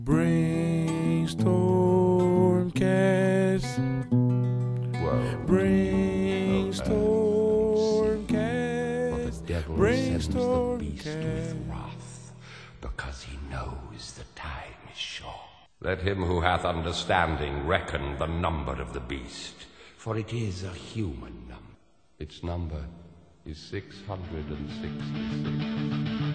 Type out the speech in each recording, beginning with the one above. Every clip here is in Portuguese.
Brainstormcast. Brainstormcast. Brainstormcast. Because he knows the time is short. Let him who hath understanding reckon the number of the beast, for it is a human number. Its number is 666.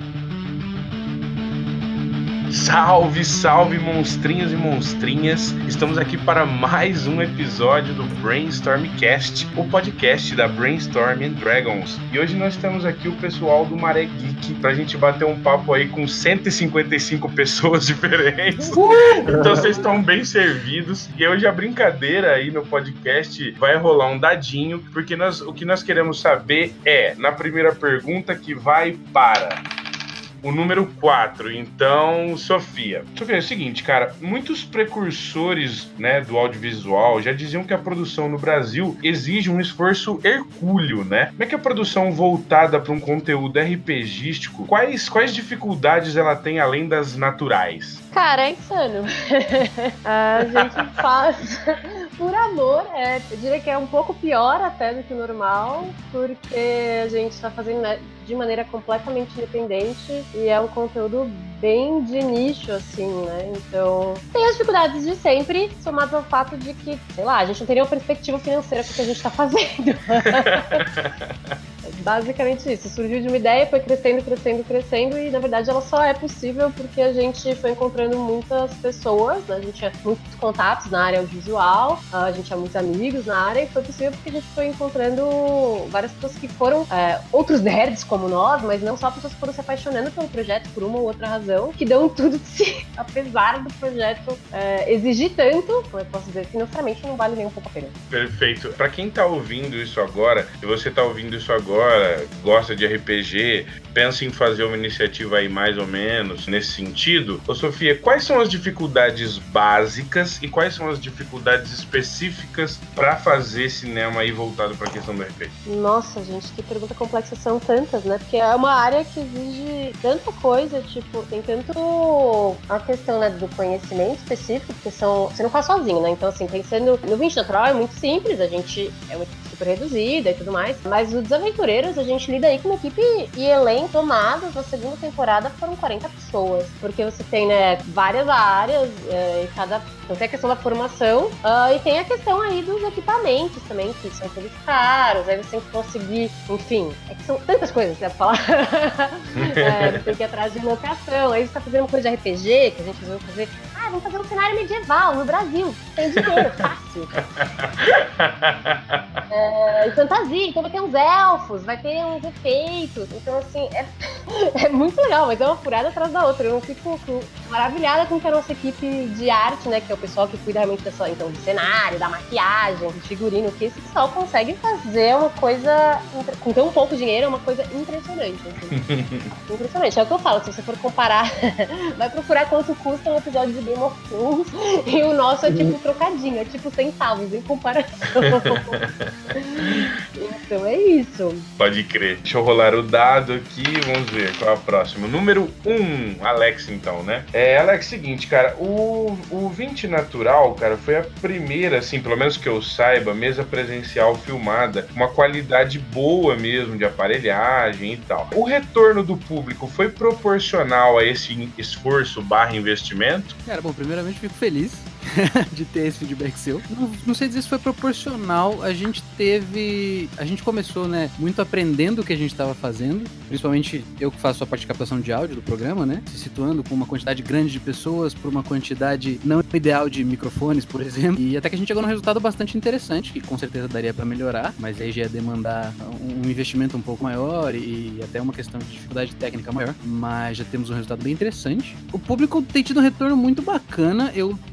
Salve, salve, monstrinhos e monstrinhas! Estamos aqui para mais um episódio do Brainstormcast, o podcast da Brainstorm and Dragons. E hoje nós temos aqui o pessoal do Maré Geek pra gente bater um papo aí com 155 pessoas diferentes. Então vocês estão bem servidos. E hoje a brincadeira aí no podcast vai rolar um dadinho, porque o que nós queremos saber é, na primeira pergunta, que vai para o número 4, então, Sofia. Sofia, é o seguinte, cara, muitos precursores, né, do audiovisual já diziam que a produção no Brasil exige um esforço hercúleo, né? Como é que a produção voltada para um conteúdo RPGístico, quais dificuldades ela tem além das naturais? Cara, é insano. A gente faz por amor, eu diria que é um pouco pior até do que o normal, porque a gente tá fazendo de maneira completamente independente e é um conteúdo bem de nicho, assim, né? Então, tem as dificuldades de sempre, somadas ao fato de que, sei lá, a gente não tem nenhuma perspectiva financeira pro que a gente tá fazendo. Basicamente isso, surgiu de uma ideia, foi crescendo e na verdade ela só é possível porque a gente foi encontrando muitas pessoas, né? A gente tinha muitos contatos na área audiovisual, a gente tinha muitos amigos na área e foi possível porque a gente foi encontrando várias pessoas que foram outros nerds como nós, mas não só pessoas que foram se apaixonando pelo projeto por uma ou outra razão, que dão tudo de si, apesar do projeto exigir tanto, como eu posso dizer, financeiramente não vale nem um pouco a pena. Perfeito. Pra quem tá ouvindo isso agora, e você tá ouvindo isso agora, gosta de RPG, pensa em fazer uma iniciativa aí mais ou menos nesse sentido. Ô Sofia, quais são as dificuldades básicas e quais são as dificuldades específicas para fazer cinema aí voltado para a questão do RPG? Nossa, gente, que pergunta complexa, são tantas, né? Porque é uma área que exige tanta coisa, tipo, tem tanto a questão, né, do conhecimento específico, porque você não faz sozinho, né? Então, assim, pensando no 20 natural é muito simples, a gente é uma equipe super reduzida e tudo mais, mas o Desaventureiros a gente lida aí com uma equipe e elenco tomados. Na segunda temporada foram 40 pessoas, porque você tem, né, várias áreas e cada... Então tem a questão da formação e tem a questão aí dos equipamentos também, que são todos caros, aí você tem que conseguir, enfim, é que são tantas coisas, né, pra falar. Tem que ir atrás de locação, aí você tá fazendo uma coisa de RPG, que a gente resolveu fazer, vamos fazer um cenário medieval no Brasil, tem dinheiro, fácil. E fantasia, então vai ter uns elfos, vai ter uns efeitos, então assim, é muito legal, mas é uma furada atrás da outra. Eu não fico maravilhada com que a nossa equipe de arte, né, que é o pessoal que cuida realmente então, do cenário, da maquiagem, do figurino, que esse pessoal consegue fazer uma coisa, com tão pouco dinheiro, é uma coisa impressionante. Assim. Impressionante, é o que eu falo, se você for comparar, vai procurar quanto custa um episódio de Game of Thrones e o nosso é tipo trocadinho, é tipo centavos em comparação. Então é isso. Pode crer. Deixa eu rolar o dado aqui, vamos ver qual é o próximo. Número 1, Alex, então, né? Alex, seguinte, cara, o 20 Natural, cara, foi a primeira, assim, pelo menos que eu saiba, mesa presencial filmada, uma qualidade boa mesmo de aparelhagem e tal. O retorno do público foi proporcional a esse esforço / investimento? Cara, bom, primeiramente fico feliz de ter esse feedback seu. Não sei dizer se foi proporcional, a gente começou, né, muito aprendendo o que a gente estava fazendo, principalmente eu que faço a parte de captação de áudio do programa, né, se situando com uma quantidade grande de pessoas por uma quantidade não ideal de microfones, por exemplo, e até que a gente chegou num resultado bastante interessante, que com certeza daria para melhorar, mas aí já ia demandar um investimento um pouco maior e até uma questão de dificuldade técnica maior, mas já temos um resultado bem interessante. O público tem tido um retorno muito bacana, eu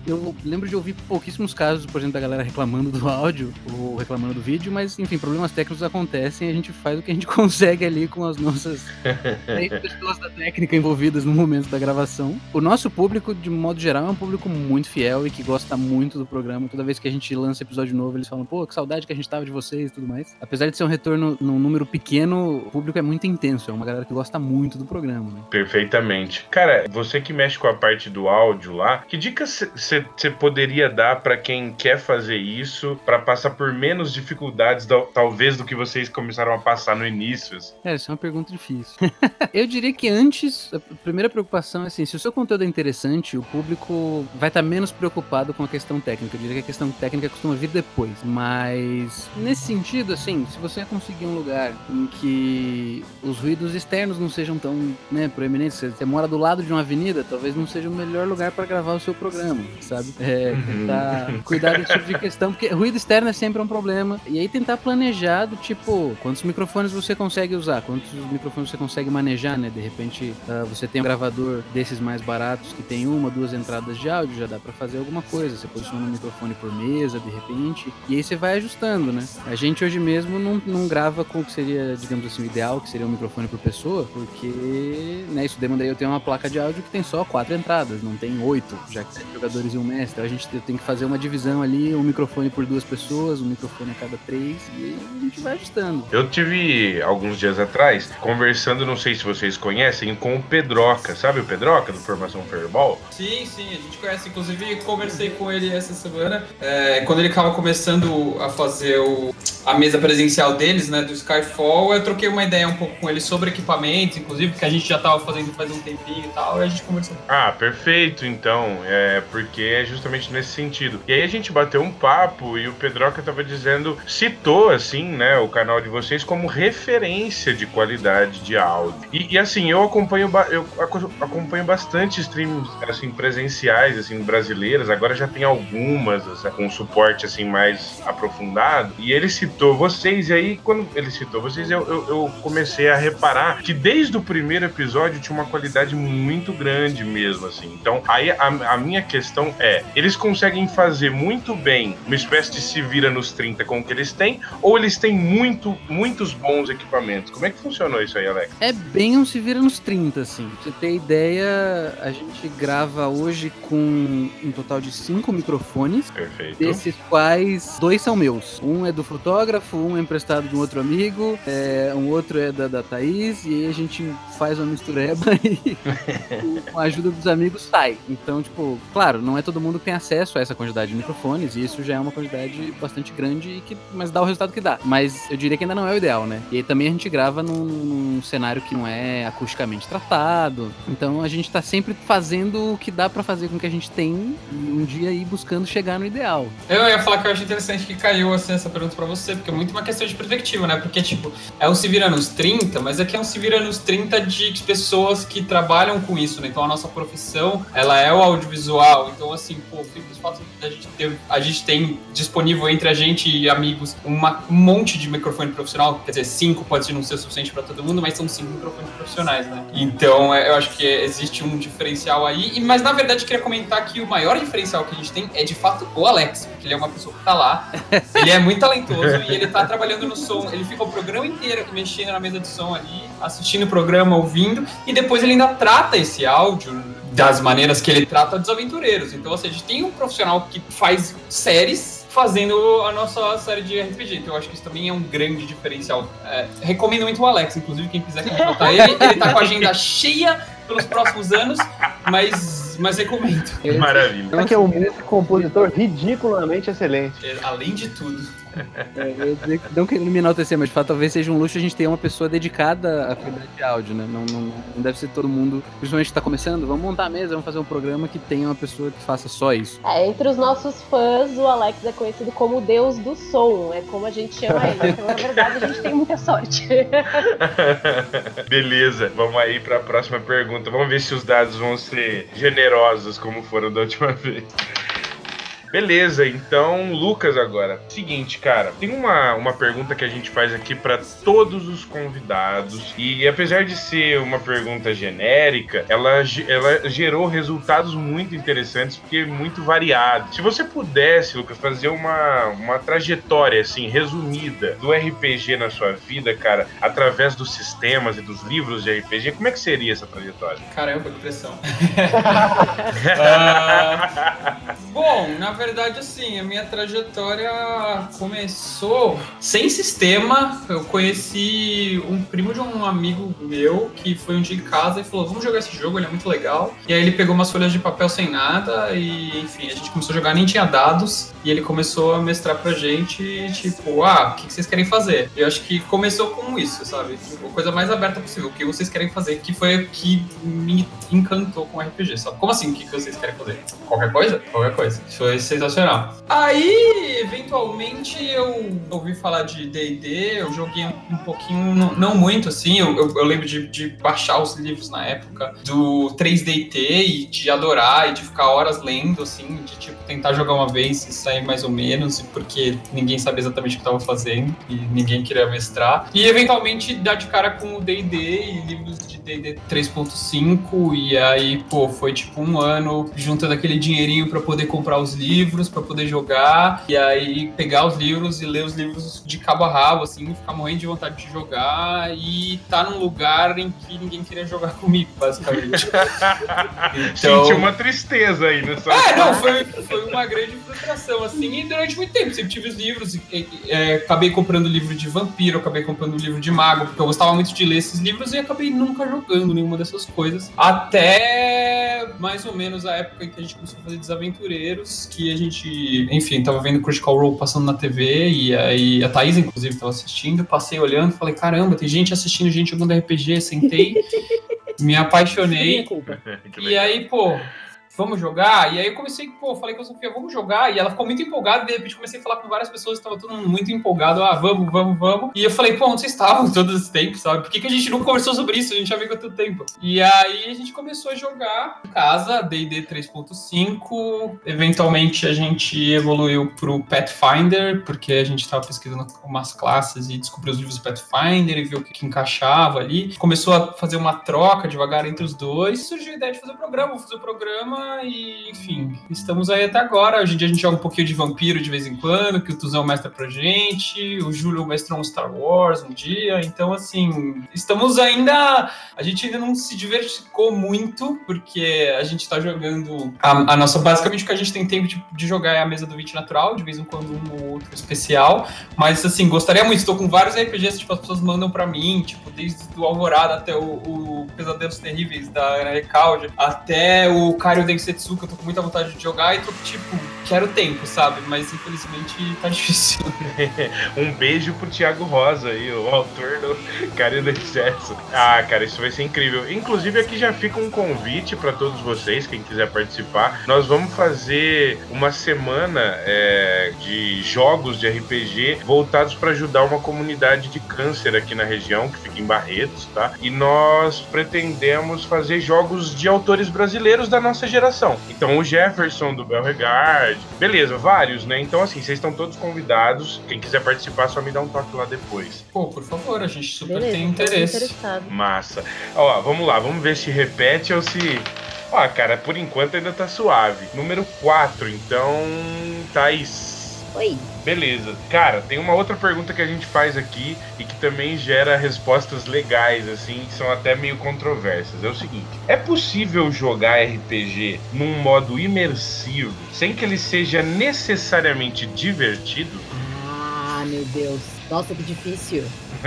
lembro de ouvir pouquíssimos casos, por exemplo, da galera reclamando do áudio ou reclamando do vídeo, mas, enfim, problemas técnicos acontecem e a gente faz o que a gente consegue ali com as nossas 10 pessoas da técnica envolvidas no momento da gravação. O nosso público, de modo geral, é um público muito fiel e que gosta muito do programa. Toda vez que a gente lança episódio novo, eles falam, pô, que saudade que a gente tava de vocês e tudo mais. Apesar de ser um retorno num número pequeno, o público é muito intenso, é uma galera que gosta muito do programa, né? Perfeitamente. Cara, você que mexe com a parte do áudio lá, que dicas você poderia dar pra quem quer fazer isso, pra passar por menos dificuldades, talvez, do que vocês começaram a passar no início? Essa é uma pergunta difícil. Eu diria que antes, a primeira preocupação é assim, se o seu conteúdo é interessante, o público vai estar menos preocupado com a questão técnica. Eu diria que a questão técnica costuma vir depois. Mas, nesse sentido, assim, se você conseguir um lugar em que os ruídos externos não sejam tão, né, proeminentes, você mora do lado de uma avenida, talvez não seja o melhor lugar para gravar o seu programa, sabe? Tentar cuidar desse tipo de questão, porque ruído externo é sempre um problema. E aí tentar planejar do tipo, quantos microfones você consegue usar, quantos microfones você consegue manejar, né? De repente, você tem um gravador desses mais baratos que tem 1 ou 2 entradas de áudio, já dá pra fazer alguma coisa. Você posiciona um microfone por mesa, de repente, e aí você vai ajustando, né? A gente hoje mesmo não grava com o que seria, digamos assim, o ideal, que seria um microfone por pessoa, porque, né, isso demanda aí eu tenho uma placa de áudio que tem só 4 entradas, não tem 8, já que 7 jogadores e um mestre. Então a gente tem que fazer uma divisão ali, um microfone por 2 pessoas, um microfone a cada 3, e aí a gente vai ajustando. Eu tive, alguns dias atrás, conversando, não sei se vocês conhecem, com o Pedroca. Sabe o Pedroca, do Formação Fireball? Sim, a gente conhece. Inclusive, conversei com ele essa semana, quando ele estava começando a fazer a mesa presencial deles, né, do Skyfall. Eu troquei uma ideia um pouco com ele sobre equipamentos, inclusive, que a gente já estava fazendo faz um tempinho e tal, e a gente conversou. Ah, perfeito, então, porque é justamente nesse sentido. E aí a gente bateu um papo e o Pedroca tava dizendo, citou, assim, né, o canal de vocês como referência de qualidade de áudio. E assim, eu acompanho bastante streams, assim, presenciais, assim, brasileiras, agora já tem algumas, assim, com suporte, assim, mais aprofundado, e ele citou vocês, e aí, quando ele citou vocês, eu comecei a reparar que desde o primeiro episódio tinha uma qualidade muito grande mesmo, assim. Então, aí a minha questão é, eles conseguem fazer muito bem uma espécie de se vira nos 30 com o que eles têm, ou eles têm muitos bons equipamentos? Como é que funcionou isso aí, Alex? É bem um se vira nos 30, assim. Pra você ter ideia, a gente grava hoje com um total de 5 microfones. Perfeito. Desses quais 2 são meus. Um é do fotógrafo, um é emprestado de um outro amigo, um outro é da Thaís, e aí a gente faz uma mistureba e com a ajuda dos amigos sai. Então, tipo, claro, não é todo mundo que tem acesso a essa quantidade de microfones, e isso já é uma quantidade bastante grande, mas dá o resultado que dá. Mas eu diria que ainda não é o ideal, né? E aí também a gente grava num cenário que não é acusticamente tratado. Então a gente tá sempre fazendo o que dá pra fazer com o que a gente tem e um dia ir buscando chegar no ideal. Eu ia falar que eu acho interessante que caiu assim, essa pergunta pra você, porque é muito uma questão de perspectiva, né? Porque, tipo, é um se vira nos 30, mas aqui é um se vira nos 30 de pessoas que trabalham com isso, né? Então a nossa profissão, ela é o audiovisual. Então, assim, pô, o simples fato de a gente tem disponível entre a gente e amigos um monte de microfone profissional, quer dizer, 5 pode não ser suficiente pra todo mundo, mas são 5 microfones profissionais, né? Então, eu acho que existe um diferencial aí, mas na verdade eu queria comentar que o maior diferencial que a gente tem é de fato o Alex, porque ele é uma pessoa que tá lá, ele é muito talentoso e ele tá trabalhando no som, ele fica o programa inteiro mexendo na mesa de som ali, assistindo o programa, ouvindo, e depois ele ainda trata esse áudio das maneiras que ele trata dos aventureiros. Então, ou seja, a gente tem um profissional que faz séries fazendo a nossa série de RPG. Então eu acho que isso também é um grande diferencial. Recomendo muito o Alex, inclusive, quem quiser contratar ele tá com a agenda cheia pelos próximos anos, mas recomendo. Maravilha. É que é um músico e compositor ridiculamente excelente. Além de tudo. Não querendo me enaltecer, mas de fato talvez seja um luxo a gente ter uma pessoa dedicada à qualidade de áudio, né? Não deve ser todo mundo, principalmente que tá começando, vamos montar a mesa, vamos fazer um programa que tenha uma pessoa que faça só isso. Entre os nossos fãs, o Alex é conhecido como o Deus do som, é como a gente chama ele. Então, na verdade, a gente tem muita sorte. Beleza, vamos aí pra próxima pergunta. Vamos ver se os dados vão ser generosos como foram da última vez. Beleza, então, Lucas agora. Seguinte, cara, tem uma pergunta que a gente faz aqui para todos os convidados e apesar de ser uma pergunta genérica, ela gerou resultados muito interessantes porque muito variados. Se você pudesse, Lucas, fazer uma trajetória, assim, resumida do RPG na sua vida, cara, através dos sistemas e dos livros de RPG, como é que seria essa trajetória? Caramba, que pressão. Bom, na verdade, assim, a minha trajetória começou sem sistema. Eu conheci um primo de um amigo meu que foi um dia em casa e falou, vamos jogar esse jogo, ele é muito legal. E aí ele pegou umas folhas de papel sem nada e, enfim, a gente começou a jogar, nem tinha dados. E ele começou a mestrar pra gente, tipo, o que vocês querem fazer? Eu acho que começou com isso, sabe? Tipo, a coisa mais aberta possível, o que vocês querem fazer, que foi o que me encantou com o RPG, sabe? Como assim, o que vocês querem fazer? Qualquer coisa? Qualquer coisa. Foi sensacional. Aí, eventualmente, eu ouvi falar de D&D, eu joguei um pouquinho, não muito, assim, eu lembro de baixar os livros na época do 3DT e de adorar e de ficar horas lendo, assim, de, tipo, tentar jogar uma vez e sair mais ou menos, porque ninguém sabia exatamente o que estava fazendo e ninguém queria mestrar. E, eventualmente, dar de cara com o D&D e livros de D&D 3.5 e aí, pô, foi tipo um ano juntando aquele dinheirinho pra poder comprar os livros, pra poder jogar e aí pegar os livros e ler os livros de cabo a rabo, assim, ficar morrendo de vontade de jogar e tá num lugar em que ninguém queria jogar comigo, basicamente. Então... Senti uma tristeza aí nessa... não, foi uma grande frustração, assim, e durante muito tempo sempre tive os livros acabei comprando livro de vampiro, acabei comprando livro de mago, porque eu gostava muito de ler esses livros e acabei nunca jogando nenhuma dessas coisas, até mais ou menos a época em que a gente começou a fazer Desaventureiros, que a gente, enfim, tava vendo Critical Role passando na TV, e aí a Thaís, inclusive, tava assistindo, passei olhando, falei, caramba, tem gente assistindo, gente jogando RPG, sentei, me apaixonei, e aí, pô, vamos jogar? E aí eu comecei, falei com a Sofia, vamos jogar? E ela ficou muito empolgada, e de repente comecei a falar com várias pessoas, estava todo mundo muito empolgado, vamos. E eu falei, onde vocês estavam todo esse tempo, sabe? Por que a gente não conversou sobre isso? A gente já viu há tanto tempo. E aí a gente começou a jogar em casa, D&D 3.5, eventualmente a gente evoluiu pro Pathfinder, porque a gente estava pesquisando umas classes e descobriu os livros do Pathfinder e viu o que encaixava ali. Começou a fazer uma troca devagar entre os dois, surgiu a ideia de fazer o programa, e, enfim, estamos aí até agora. Hoje em dia a gente joga um pouquinho de vampiro de vez em quando, que o Tuzão mestra pra gente, o Júlio mestrou um Star Wars um dia, então, assim, estamos ainda... A gente ainda não se diversificou muito, porque a gente tá jogando a nossa... Basicamente, o que a gente tem tempo de jogar é a mesa do 20 natural, de vez em quando um ou outro especial, mas, assim, gostaria muito, estou com vários RPGs, tipo, as pessoas mandam pra mim, tipo, desde o Alvorada até o Pesadelos Terríveis da Ana Recalde, até o Cario Densetsu, que eu tô com muita vontade de jogar e tô, tipo, quero tempo, sabe? Mas, infelizmente, tá difícil. Um beijo pro Thiago Rosa aí, o autor do Cario Densetsu. Ah, cara, isso vai ser incrível. Inclusive, aqui já fica um convite pra todos vocês, quem quiser participar. Nós vamos fazer uma semana de jogos de RPG voltados pra ajudar uma comunidade de câncer aqui na região, que fica em Barretos, tá? E nós pretendemos fazer jogos de autores brasileiros da nossa geração. Então o Jefferson do Belregard, beleza, vários, né? Então assim, vocês estão todos convidados. Quem quiser participar, só me dá um toque lá depois. Pô, por favor, a gente super tem interesse. Massa. Ó, vamos lá, vamos ver se repete ou se... Ó, cara, por enquanto ainda tá suave. Número 4, então... Thaís. Oi. Beleza. Cara, tem uma outra pergunta que a gente faz aqui e que também gera respostas legais, assim, que são até meio controversas. É o seguinte: é possível jogar RPG num modo imersivo sem que ele seja necessariamente divertido? Ah, meu Deus. Nossa, que difícil.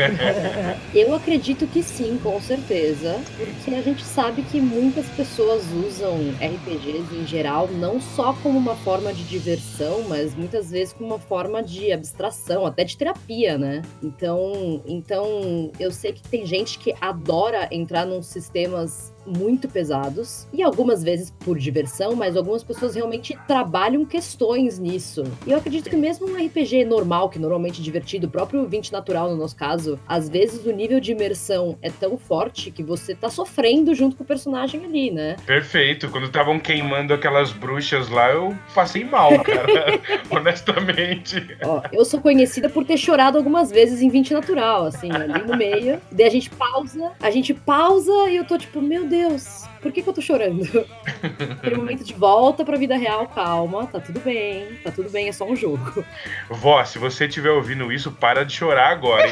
Eu acredito que sim, com certeza, porque a gente sabe que muitas pessoas usam RPGs em geral não só como uma forma de diversão, mas muitas vezes como uma forma de abstração, até de terapia, né? Então eu sei que tem gente que adora entrar nos sistemas muito pesados, e algumas vezes por diversão, mas algumas pessoas realmente trabalham questões nisso. E eu acredito que mesmo um RPG normal, que normalmente é divertido, o próprio próprio 20 natural, no nosso caso, às vezes o nível de imersão é tão forte que você tá sofrendo junto com o personagem ali, né? Perfeito. Quando estavam queimando aquelas bruxas lá, eu passei mal, cara. Honestamente. Ó, eu sou conhecida por ter chorado algumas vezes em 20 natural, assim, ali no meio. Daí a gente pausa e eu tô tipo, meu Deus, por que eu tô chorando? Aquele momento de volta pra vida real, calma, tá tudo bem, é só um jogo. Vó, se você estiver ouvindo isso, para de chorar agora, hein?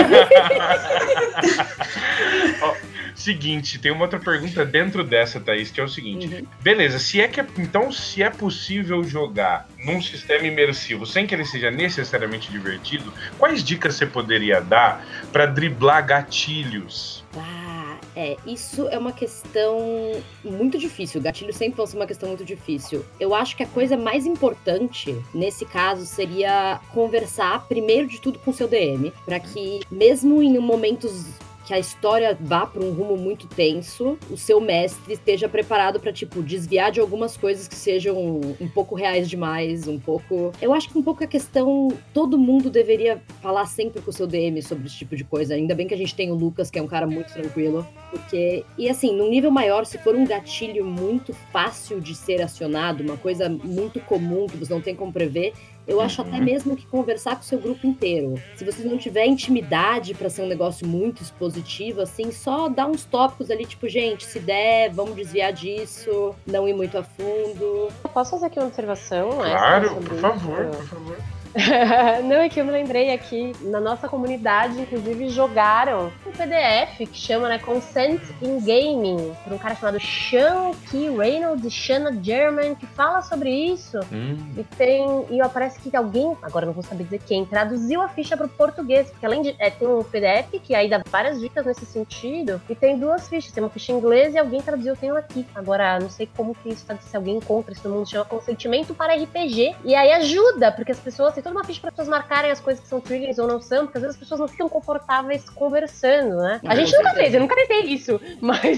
Ó, seguinte, tem uma outra pergunta dentro dessa, Thaís, que é o seguinte. Beleza, se é possível jogar num sistema imersivo sem que ele seja necessariamente divertido, quais dicas você poderia dar pra driblar gatilhos? Isso é uma questão muito difícil. Gatilho sempre vai ser uma questão muito difícil. Eu acho que a coisa mais importante, nesse caso, seria conversar, primeiro de tudo, com o seu DM, para que, mesmo em momentos que a história vá para um rumo muito tenso, o seu mestre esteja preparado para, tipo, desviar de algumas coisas que sejam um pouco reais demais, um pouco... Eu acho que um pouco a questão... Todo mundo deveria falar sempre com o seu DM sobre esse tipo de coisa. Ainda bem que a gente tem o Lucas, que é um cara muito tranquilo, porque... E assim, num nível maior, se for um gatilho muito fácil de ser acionado, uma coisa muito comum que você não tem como prever, eu acho até mesmo que conversar com o seu grupo inteiro. Se você não tiver intimidade pra ser um negócio muito expositivo, assim, só dar uns tópicos ali, tipo, gente, se der, vamos desviar disso, não ir muito a fundo. Posso fazer aqui uma observação? Claro, por favor. Não, é que eu me lembrei aqui, na nossa comunidade, inclusive, jogaram um PDF que chama, né, Consent in Gaming, por um cara chamado Sean Key Reynolds e Shanna German, que fala sobre isso. E parece que alguém, agora não vou saber dizer quem, traduziu a ficha para o português, porque além de tem um PDF que aí dá várias dicas nesse sentido, e tem duas fichas, tem uma ficha em inglês e alguém traduziu, tem uma aqui. Agora, não sei como que isso tá, se alguém encontra isso no mundo, chama Consentimento para RPG, e aí ajuda, porque as pessoas, tem toda uma ficha para as pessoas marcarem as coisas que são triggers ou não são, porque às vezes as pessoas não ficam confortáveis conversando, né? A gente nunca fez, eu nunca tentei isso, mas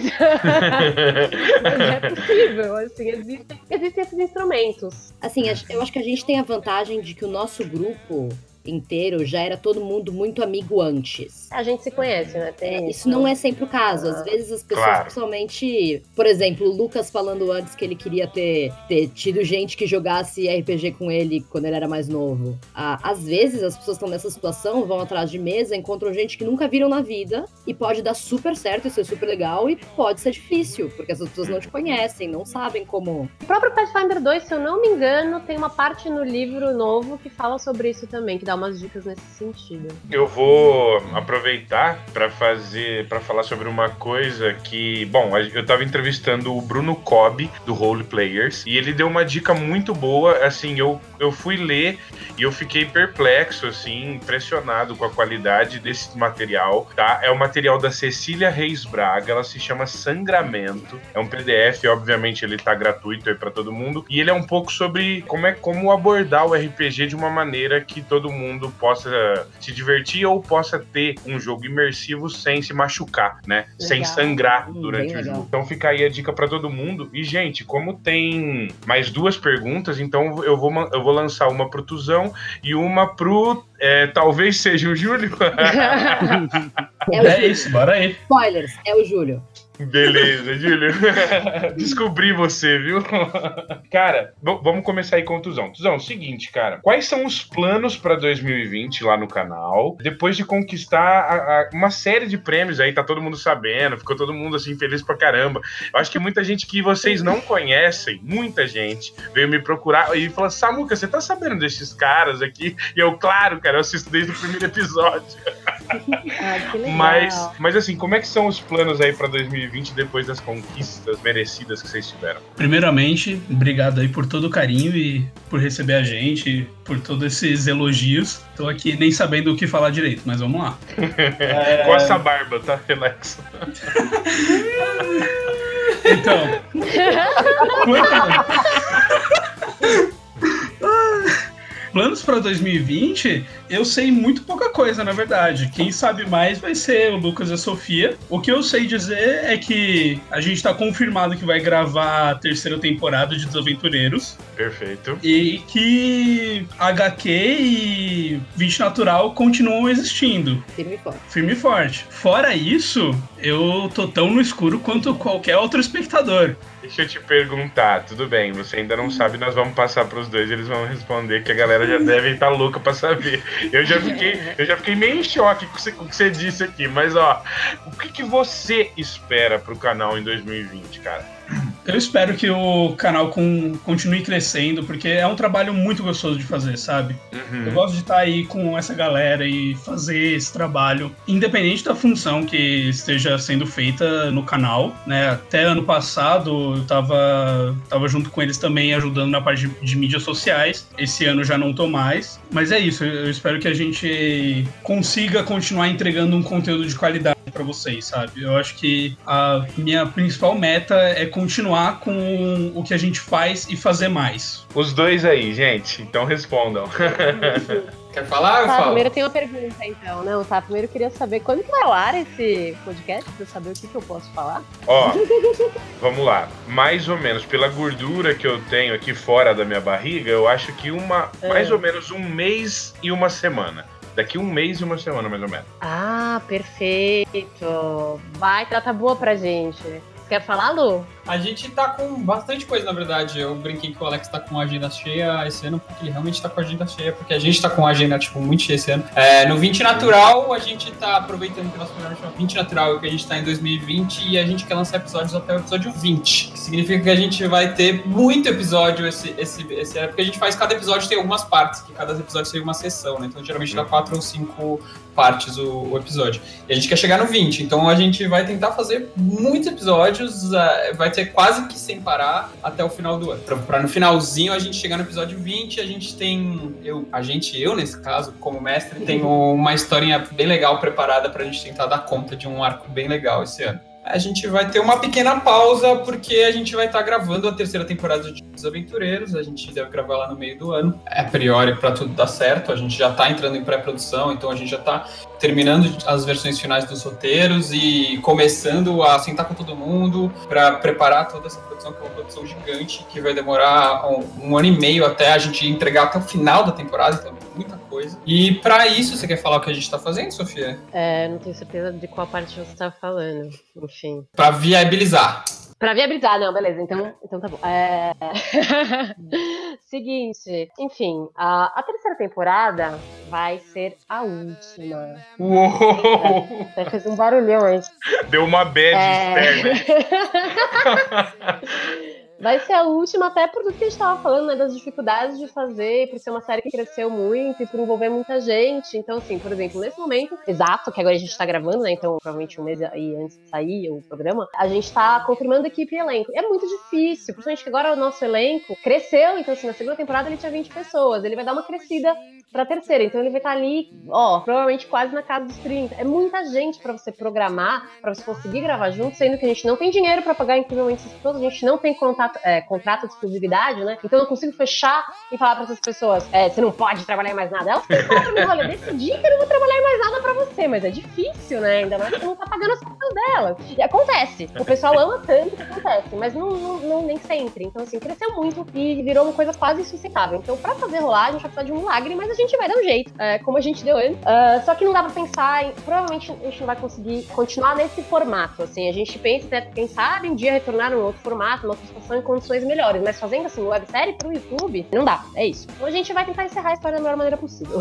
é possível, assim, existem esses instrumentos. Assim, eu acho que a gente tem a vantagem de que o nosso grupo inteiro já era todo mundo muito amigo antes. A gente se conhece, né? Isso não é sempre o caso. Às vezes as pessoas, principalmente, por exemplo, o Lucas falando antes que ele queria ter tido gente que jogasse RPG com ele quando ele era mais novo. Às vezes as pessoas estão nessa situação, vão atrás de mesa, encontram gente que nunca viram na vida e pode dar super certo e ser super legal e pode ser difícil, porque essas pessoas não te conhecem, não sabem como... O próprio Pathfinder 2, se eu não me engano, tem uma parte no livro novo que fala sobre isso também, que dá umas dicas nesse sentido. Eu vou aproveitar para falar sobre uma coisa que, bom, eu tava entrevistando o Bruno Cobb do Role Players e ele deu uma dica muito boa, assim, eu fui ler e eu fiquei perplexo, assim, impressionado com a qualidade desse material, tá? É o material da Cecília Reis Braga, ela se chama Sangramento, é um PDF, obviamente ele tá gratuito aí para todo mundo, e ele é um pouco sobre como abordar o RPG de uma maneira que todo mundo possa se divertir ou possa ter um jogo imersivo sem se machucar, né? Legal. Sem sangrar durante o jogo. Então fica aí a dica pra todo mundo. E, gente, como tem mais duas perguntas, então eu vou lançar uma pro Tuzão e uma pro... talvez seja o Júlio. É isso, bora aí. Spoilers, é o Júlio. Beleza, Júlio. Descobri você, viu? Cara, vamos começar aí com o Tuzão. Tuzão, seguinte, cara. Quais são os planos pra 2020 lá no canal? Depois de conquistar uma série de prêmios aí, tá todo mundo sabendo, ficou todo mundo, assim, feliz pra caramba. Eu acho que muita gente que vocês não conhecem, muita gente, veio me procurar e falou, Samuca, você tá sabendo desses caras aqui? E eu, claro, cara, eu assisto desde o primeiro episódio. Que legal. Mas assim, como é que são os planos aí pra 2020 depois das conquistas merecidas que vocês tiveram? Primeiramente, obrigado aí por todo o carinho e por receber a gente, por todos esses elogios. Tô aqui nem sabendo o que falar direito, mas vamos lá. Com essa barba, tá? Relax. Então... Planos para 2020, eu sei muito pouca coisa, na verdade. Quem sabe mais vai ser o Lucas e a Sofia. O que eu sei dizer é que a gente tá confirmado que vai gravar a terceira temporada de Dos Aventureiros. Perfeito. E que HQ e 20 Natural continuam existindo. Firme e forte. Firme e forte. Fora isso, eu tô tão no escuro quanto qualquer outro espectador. Deixa eu te perguntar, tudo bem, você ainda não sabe, nós vamos passar pros dois, eles vão responder, que a galera já deve estar louca pra saber. Eu já fiquei meio em choque com o que você disse aqui, mas ó, o que você espera pro canal em 2020, cara? Eu espero que o canal continue crescendo, porque é um trabalho muito gostoso de fazer, sabe? Eu gosto de estar aí com essa galera e fazer esse trabalho, independente da função que esteja sendo feita no canal, né? Até ano passado eu tava junto com eles também, ajudando na parte de mídias sociais. Esse ano já não tô mais, mas é isso, eu espero que a gente consiga continuar entregando um conteúdo de qualidade pra vocês, sabe? Eu acho que a minha principal meta é continuar com o que a gente faz e fazer mais. Os dois aí, gente, então respondam. Quer falar? Eu Tá, falo. primeiro eu tenho uma pergunta, então. Não, tá, primeiro eu queria saber quando que vai ao ar esse podcast, pra eu saber o que eu posso falar. Ó, vamos lá. Mais ou menos, pela gordura que eu tenho aqui fora da minha barriga, eu acho que mais ou menos 1 mês e 1 semana. Daqui 1 mês e 1 semana, mais ou menos. Ah, perfeito. Vai, trata boa pra gente. Quer falar, Lu? A gente tá com bastante coisa, na verdade. Eu brinquei que o Alex tá com a agenda cheia esse ano, porque ele realmente tá com a agenda cheia, porque a gente tá com a agenda, tipo, muito cheia esse ano. No 20 Natural, a gente tá aproveitando que o nosso programa chama 20 Natural, que a gente tá em 2020, e a gente quer lançar episódios até o episódio 20, que significa que a gente vai ter muito episódio esse ano, porque a gente faz, cada episódio tem algumas partes, que cada episódio tem uma sessão, né? Então, geralmente dá 4 ou 5 partes o episódio. E a gente quer chegar no 20, então a gente vai tentar fazer muitos episódios, vai ter quase que sem parar até o final do ano. Pra no finalzinho a gente chegar no episódio 20, a gente tem, eu nesse caso, como mestre, tenho uma historinha bem legal preparada pra gente tentar dar conta de um arco bem legal esse ano. A gente vai ter uma pequena pausa, porque a gente vai estar gravando a terceira temporada de Dos Aventureiros. A gente deve gravar lá no meio do ano. A priori, para tudo dar certo, a gente já está entrando em pré-produção, então a gente já está terminando as versões finais dos roteiros e começando a sentar com todo mundo para preparar toda essa produção, que é uma produção gigante, que vai demorar 1 ano e meio até a gente entregar até o final da temporada, então muita coisa. E para isso, você quer falar o que a gente está fazendo, Sofia? Não tenho certeza de qual parte você está falando. Enfim. Para viabilizar. Pra viabilizar, não, beleza, então tá bom. Seguinte, enfim, a terceira temporada vai ser a última. Uou! Até fez um barulhão aí. Deu uma bad externa. Vai ser a última, até por tudo que a gente tava falando, né, das dificuldades de fazer, por ser uma série que cresceu muito e por envolver muita gente. Então, assim, por exemplo, nesse momento exato, que agora a gente tá gravando, né, então provavelmente 1 mês aí antes de sair o programa, a gente tá confirmando equipe e elenco. É muito difícil, principalmente que agora o nosso elenco cresceu, então assim, na segunda temporada ele tinha 20 pessoas, ele vai dar uma crescida pra terceira, então ele vai estar ali, provavelmente quase na casa dos 30. É muita gente pra você programar, pra você conseguir gravar junto, sendo que a gente não tem dinheiro pra pagar incrivelmente essas pessoas, a gente não tem contrato de exclusividade, né? Então eu não consigo fechar e falar pra essas pessoas, você não pode trabalhar em mais nada. Elas têm que falar pra mim, olha, decidi que eu não vou trabalhar em mais nada pra você, mas é difícil, né? Ainda mais que não tá pagando as contas delas. E acontece, o pessoal ama tanto que acontece, mas não nem sempre. Então assim, cresceu muito e virou uma coisa quase insustentável. Então pra fazer rolar, a gente vai precisar de um milagre, mas a gente vai dar um jeito, como a gente deu antes. Só que não dá pra pensar provavelmente a gente não vai conseguir continuar nesse formato, assim, a gente pensa até, quem sabe, um dia retornar num outro formato, uma outra situação em condições melhores, mas fazendo assim, websérie pro YouTube, não dá, é isso. Então a gente vai tentar encerrar a história da melhor maneira possível.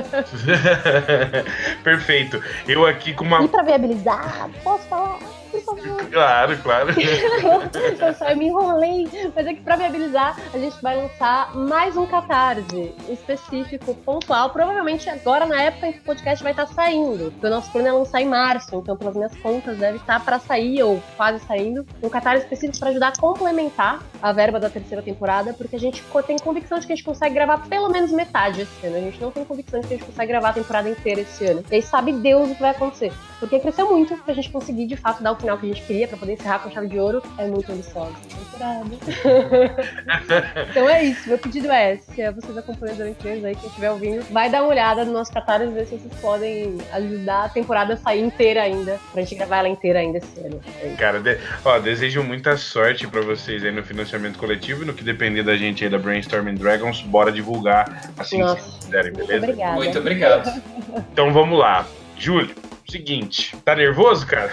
Perfeito. Eu aqui com uma... E pra viabilizar, posso falar? Por favor. Claro. Eu me enrolei, mas é que pra viabilizar a gente vai lançar mais um catarse específico, pontual, provavelmente agora na época em que o podcast vai estar saindo, porque o nosso plano é lançar em março, então pelas minhas contas deve estar pra sair ou quase saindo, um catarse específico pra ajudar a complementar a verba da terceira temporada, porque a gente tem convicção de que a gente consegue gravar pelo menos metade esse ano, a gente não tem convicção de que a gente consegue gravar a temporada inteira esse ano, e aí sabe Deus o que vai acontecer. porque cresceu muito pra gente conseguir, de fato, dar o final que a gente queria, pra poder encerrar com chave de ouro. É muito ambiciosa essa temporada. Então é isso, meu pedido é, se vocês acompanham durante aí, quem estiver ouvindo, vai dar uma olhada no nosso catálogo e ver se vocês podem ajudar a temporada a sair inteira ainda, pra gente gravar ela inteira ainda esse ano. Cara, desejo muita sorte pra vocês aí no financiamento coletivo e no que depender da gente aí da Brainstorming Dragons, bora divulgar assim que vocês quiserem, beleza? Obrigada. Muito obrigado. Então vamos lá. Júlio, seguinte, tá nervoso, cara?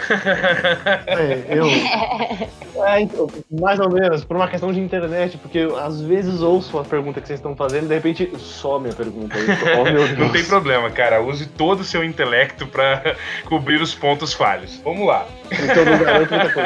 Então, mais ou menos, por uma questão de internet, porque eu, às vezes ouço a pergunta que vocês estão fazendo e de repente some a pergunta. Oh, meu Deus. Não tem problema, cara. Use todo o seu intelecto pra cobrir os pontos falhos. Vamos lá. Então não garanto muita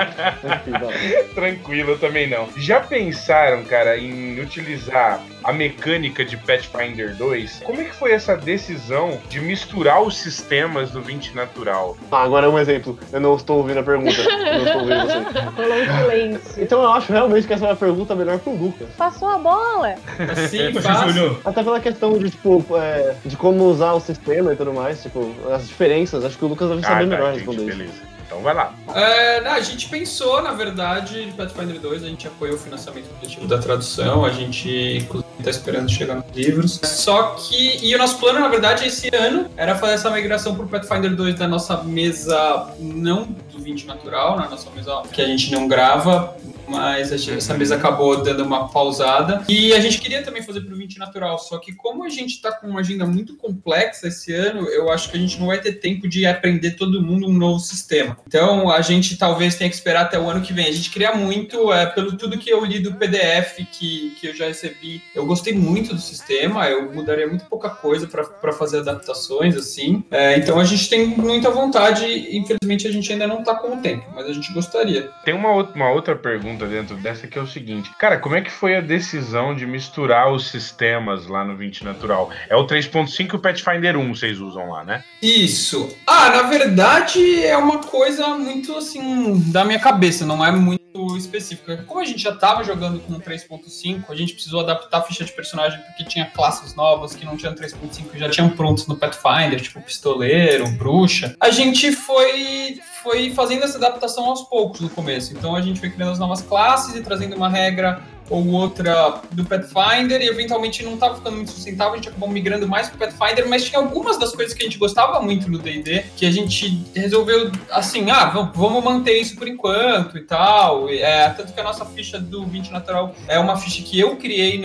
coisa. Tranquilo, eu também não. Já pensaram, cara, em utilizar a mecânica de Pathfinder 2? Como é que foi essa decisão de misturar os sistemas do 20 natural? Agora é um exemplo. Eu não estou ouvindo a pergunta. Eu não estou ouvindo você. Rolou um silêncio. Então eu acho realmente que essa é uma pergunta melhor pro Lucas. Passou a bola! Sim, Você, fácil. Júlio. Até pela questão de, tipo, de como usar o sistema e tudo mais, tipo, as diferenças. Acho que o Lucas deve saber melhor gente, responder isso. beleza. Então vai lá. A gente pensou, na verdade, em Pathfinder 2, a gente apoiou o financiamento coletivo da tradução, a gente, inclusive, tá esperando chegar nos livros. Só que, e o nosso plano, na verdade, esse ano, era fazer essa migração pro Pathfinder 2 da nossa mesa, não do 20 natural, na nossa mesa que a gente não grava, mas essa mesa acabou dando uma pausada. E a gente queria também fazer pro 20 natural, só que como a gente tá com uma agenda muito complexa esse ano, eu acho que a gente não vai ter tempo de aprender todo mundo um novo sistema. Então, a gente talvez tenha que esperar até o ano que vem. A gente queria muito, pelo tudo que eu li do PDF que eu já recebi, eu gostei muito do sistema, eu mudaria muito pouca coisa para fazer adaptações, assim. Então, a gente tem muita vontade, infelizmente a gente ainda não tá com o tempo, mas a gente gostaria. Tem uma outra pergunta dentro dessa que é o seguinte. Cara, como é que foi a decisão de misturar os sistemas lá no 20 natural? É o 3.5 e o Pathfinder 1 vocês usam lá, né? Isso. Na verdade, é uma coisa muito, assim, da minha cabeça, não é muito específica. Como a gente já estava jogando com 3.5, a gente precisou adaptar a ficha de personagem porque tinha classes novas que não tinham 3.5 e já tinham prontos no Pathfinder, tipo pistoleiro, bruxa. A gente foi fazendo essa adaptação aos poucos no começo. Então a gente foi criando as novas classes e trazendo uma regra ou outra do Pathfinder, e eventualmente não estava ficando muito sustentável, a gente acabou migrando mais pro Pathfinder, mas tinha algumas das coisas que a gente gostava muito no D&D, que a gente resolveu, assim, vamos manter isso por enquanto e tal. Tanto que a nossa ficha do 20 natural é uma ficha que eu criei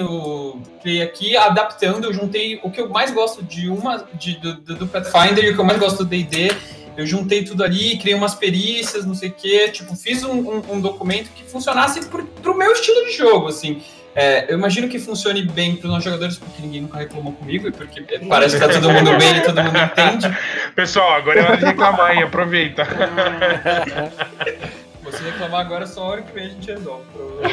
aqui, adaptando, eu juntei o que eu mais gosto do Pathfinder e o que eu mais gosto do D&D. Eu juntei tudo ali, criei umas perícias, não sei o quê, tipo, fiz um documento que funcionasse pro meu estilo de jogo, assim. Eu imagino que funcione bem pros nossos jogadores, porque ninguém nunca reclamou comigo, e porque parece que tá todo mundo bem e todo mundo entende. Pessoal, agora é hora de reclamar, hein? Aproveita. Se reclamar agora, só a hora que vem a gente resolve.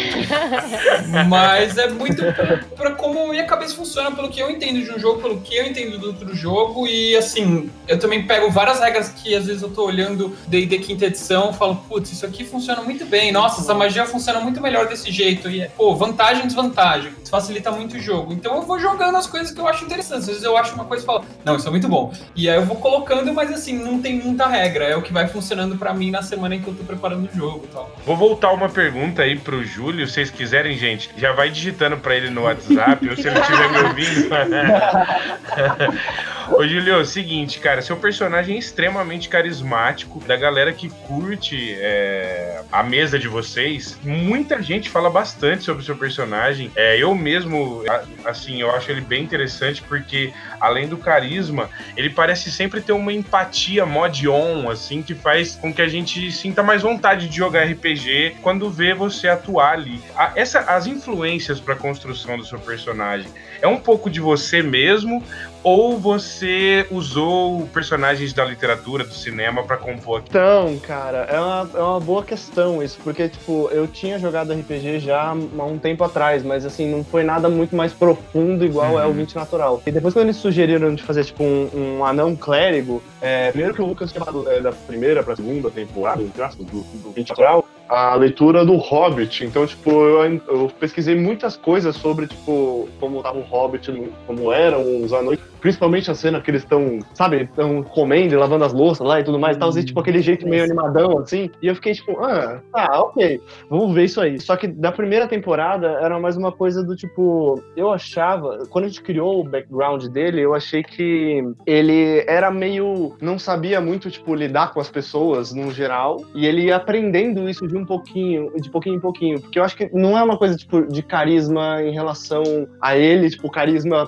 Mas é muito pra como minha cabeça funciona, pelo que eu entendo de um jogo, pelo que eu entendo do outro jogo. E assim, eu também pego várias regras que às vezes eu tô olhando D&D quinta edição e falo, putz, isso aqui funciona muito bem. Nossa, essa magia funciona muito melhor desse jeito. E vantagem e desvantagem. Isso facilita muito o jogo. Então eu vou jogando as coisas que eu acho interessantes. Às vezes eu acho uma coisa e falo, não, isso é muito bom. E aí eu vou colocando, mas assim, não tem muita regra. É o que vai funcionando pra mim na semana em que eu tô preparando o jogo. Tal. Vou voltar uma pergunta aí pro Júlio, se vocês quiserem, gente, já vai digitando pra ele no WhatsApp, ou se ele estiver me ouvindo. Ô, Júlio, é o seguinte, cara, seu personagem é extremamente carismático, da galera que curte a mesa de vocês, muita gente fala bastante sobre o seu personagem. Eu mesmo, assim, eu acho ele bem interessante, porque além do carisma, ele parece sempre ter uma empatia mod-on, assim, que faz com que a gente sinta mais vontade de jogar RPG quando vê você atuar ali. As influências para a construção do seu personagem é um pouco de você mesmo, ou você usou personagens da literatura, do cinema para compor? Então, cara, é uma boa questão isso, porque, tipo, eu tinha jogado RPG já há um tempo atrás, mas, assim, não foi nada muito mais profundo igual é o 20 natural. E depois, quando eles sugeriram de fazer, tipo, um anão clérigo, primeiro que o Lucas tinha falado da primeira pra segunda temporada, do 20 natural, a leitura do Hobbit. Então, tipo, eu pesquisei muitas coisas sobre, tipo, como tava o Hobbit, como eram os anões. principalmente a cena que eles estão, sabe, estão comendo e lavando as louças lá e tudo mais, tal, tipo aquele jeito meio animadão, assim, e eu fiquei tipo, ok, vamos ver isso aí. Só que da primeira temporada era mais uma coisa do tipo, eu achava, quando a gente criou o background dele, eu achei que ele era meio, não sabia muito, tipo, lidar com as pessoas no geral, e ele ia aprendendo isso de pouquinho em pouquinho, porque eu acho que não é uma coisa, tipo, de carisma em relação a ele, tipo, carisma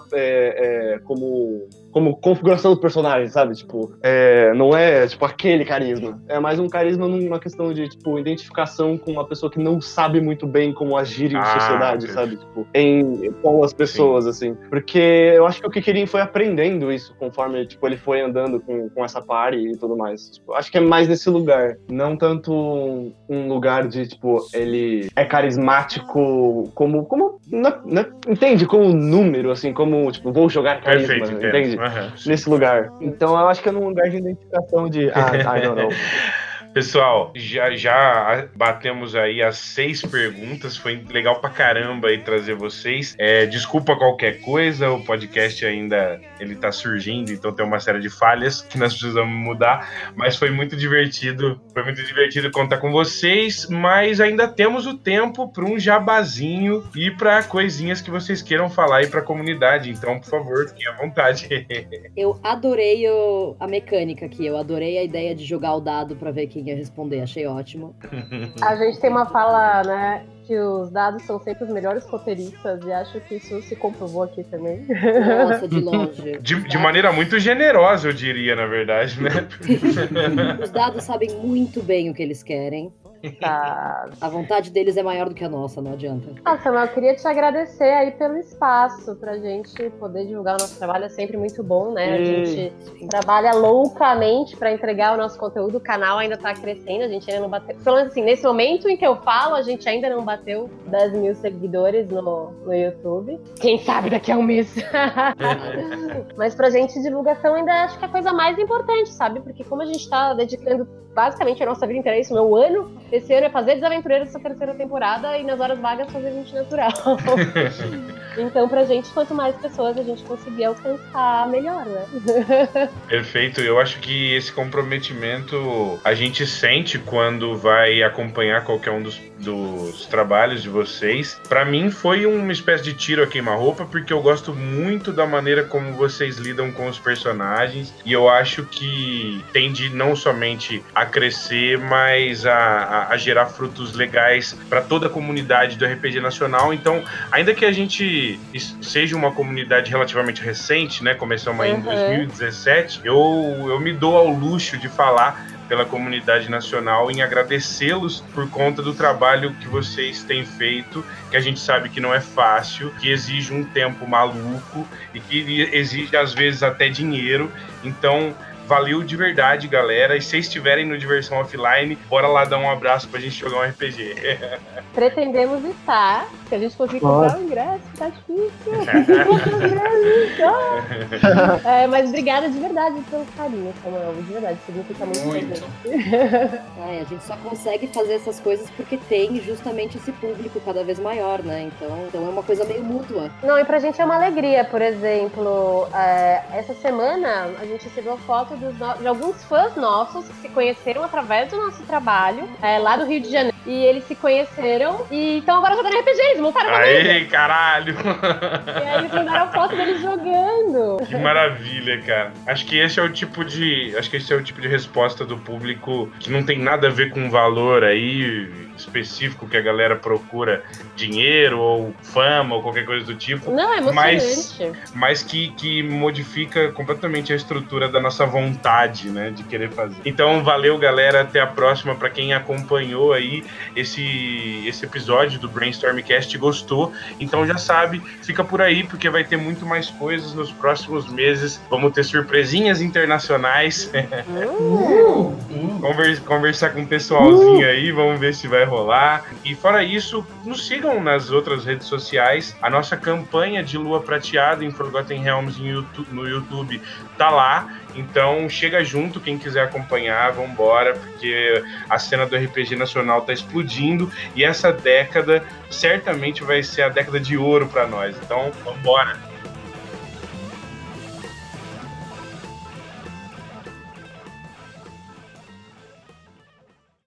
como configuração do personagem, sabe? Tipo, não é, tipo, aquele carisma. É mais um carisma numa questão de, tipo, identificação com uma pessoa que não sabe muito bem como agir em sociedade, sabe? Tipo, com as pessoas, assim. Porque eu acho que o Kikirin foi aprendendo isso conforme, tipo, ele foi andando com essa party e tudo mais. Tipo, acho que é mais nesse lugar. Não tanto um lugar de, tipo, ele é carismático como entende? Como número, assim, como, tipo, vou jogar carisma, entende? Nesse lugar. Então eu acho que é num lugar de identificação de I don't know. Pessoal, já batemos aí as 6 perguntas, foi legal pra caramba aí trazer vocês. Desculpa qualquer coisa, o podcast ainda ele tá surgindo, então tem uma série de falhas que nós precisamos mudar, mas foi muito divertido contar com vocês, mas ainda temos o tempo para um jabazinho e para coisinhas que vocês queiram falar aí pra comunidade, então, por favor, fiquem à vontade. Eu adorei a mecânica aqui, eu adorei a ideia de jogar o dado pra ver quem ia responder, achei ótimo. A gente tem uma fala, né, que os dados são sempre os melhores roteiristas e acho que isso se comprovou aqui também. Nossa, de longe. De maneira muito generosa, eu diria, na verdade, né? Os dados sabem muito bem o que eles querem. Tá. A vontade deles é maior do que a nossa, não adianta. Nossa, mas eu queria te agradecer aí pelo espaço pra gente poder divulgar o nosso trabalho, é sempre muito bom, né? A gente trabalha loucamente pra entregar o nosso conteúdo, o canal ainda tá crescendo, a gente ainda não bateu, pelo menos assim, nesse momento em que eu falo, a gente ainda não bateu 10 mil seguidores no YouTube. Quem sabe daqui a um mês. Mas pra gente, divulgação ainda acho que é a coisa mais importante, sabe? Porque como a gente tá dedicando basicamente a nossa vida inteira, isso, meu ano, esse ano é fazer Desaventureiros essa 3ª temporada e nas horas vagas fazer Gente Natural. Então, pra gente, quanto mais pessoas a gente conseguir alcançar, melhor, né? Perfeito, eu acho que esse comprometimento a gente sente quando vai acompanhar qualquer um dos trabalhos de vocês. Pra mim foi uma espécie de tiro a queima-roupa, porque eu gosto muito da maneira como vocês lidam com os personagens, e eu acho que tende não somente a crescer, mas a gerar frutos legais para toda a comunidade do RPG nacional. Então, ainda que a gente seja uma comunidade relativamente recente, né, começamos aí em 2017, eu me dou ao luxo de falar pela comunidade nacional em agradecê-los por conta do trabalho que vocês têm feito, que a gente sabe que não é fácil, que exige um tempo maluco e que exige às vezes até dinheiro. Então, valeu de verdade, galera. E se vocês estiverem no Diversão Offline, bora lá dar um abraço pra gente jogar um RPG. Pretendemos estar, se a gente conseguir comprar o ingresso, tá difícil. Mas obrigada de verdade pelo carinho, Samuel. De verdade, significa muito pra gente. A gente só consegue fazer essas coisas porque tem justamente esse público cada vez maior, né? Então é uma coisa meio mútua. Não, e pra gente é uma alegria, por exemplo, essa semana a gente recebeu foto de alguns fãs nossos que se conheceram através do nosso trabalho, lá do Rio de Janeiro. E eles se conheceram e estão agora jogando RPG, eles montaram uma mesa. Aê, caralho! E aí eles mandaram a foto deles jogando. Que maravilha, cara. Acho que esse é o tipo de resposta do público que não tem nada a ver com valor aí específico que a galera procura, dinheiro ou fama ou qualquer coisa do tipo. Não, é emocionante. Mas que modifica completamente a estrutura da nossa vontade, né, de querer fazer. Então, valeu, galera. Até a próxima. Pra quem acompanhou aí esse episódio do Brainstormcast e gostou, então já sabe, fica por aí, porque vai ter muito mais coisas nos próximos meses. Vamos ter surpresinhas internacionais. Conversar com o pessoalzinho aí, vamos ver se vai rolar. E fora isso, nos sigam nas outras redes sociais. A nossa campanha de Lua Prateada em Forgotten Realms no YouTube tá lá. Então chega junto, quem quiser acompanhar, vambora, porque a cena do RPG nacional tá explodindo e essa década certamente vai ser a década de ouro pra nós. Então vambora!